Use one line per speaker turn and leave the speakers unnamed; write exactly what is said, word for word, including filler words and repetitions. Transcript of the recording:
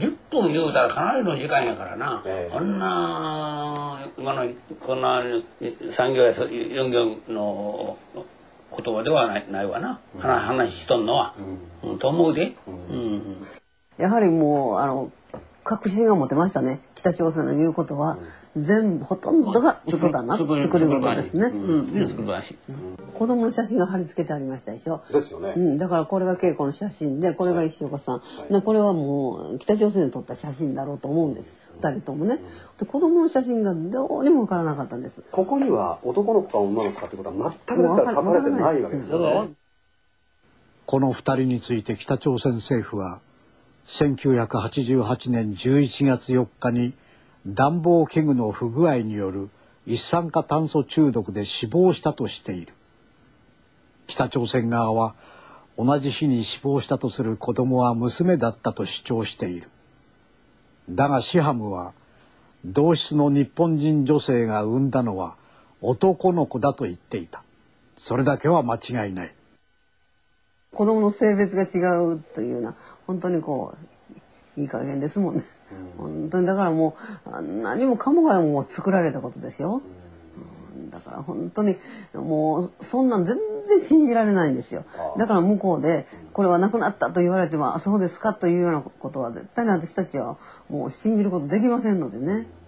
じゅっぷん言うたらかなりの時間やからな、
ええ、
こんな今のこんなさん行やよん行の言葉ではない、ないわな、うん、話しとんのは、うんうん、と思うで、うんうん、
やはりもうあの確信が持てましたね。北朝鮮の言うことは、うん、全部ほとんどが嘘だな、作り事ですね。子供の写真が貼り付けてありましたでしょ。
ですよね。
うん、だからこれが恵子の写真で、これが石岡さん、はいはい、これはもう北朝鮮で撮った写真だろうと思うんです。二人ともね。で子供の写真がどうにもわからなかったんです。
ここには男の子か女の子かということは全くですから書かれてないわけですよね。
この二人について北朝鮮政府はせんきゅうひゃくはちじゅうはちねんじゅういちがつよっかに暖房器具の不具合による一酸化炭素中毒で死亡したとしている。北朝鮮側は同じ日に死亡したとする子供は娘だったと主張している。だがシハムは同室の日本人女性が産んだのは男の子だと言っていた。それだけは間違いない。
子供の性別が違うというような本当にこういい加減ですもんね、うん、本当にだからもう何もかもがもう作られたことですよ、うん、だから本当にもうそんなん全然信じられないんですよ。だから向こうでこれはなくなったと言われても、あ、そうですかというようなことは絶対に私たちはもう信じることできませんのでね。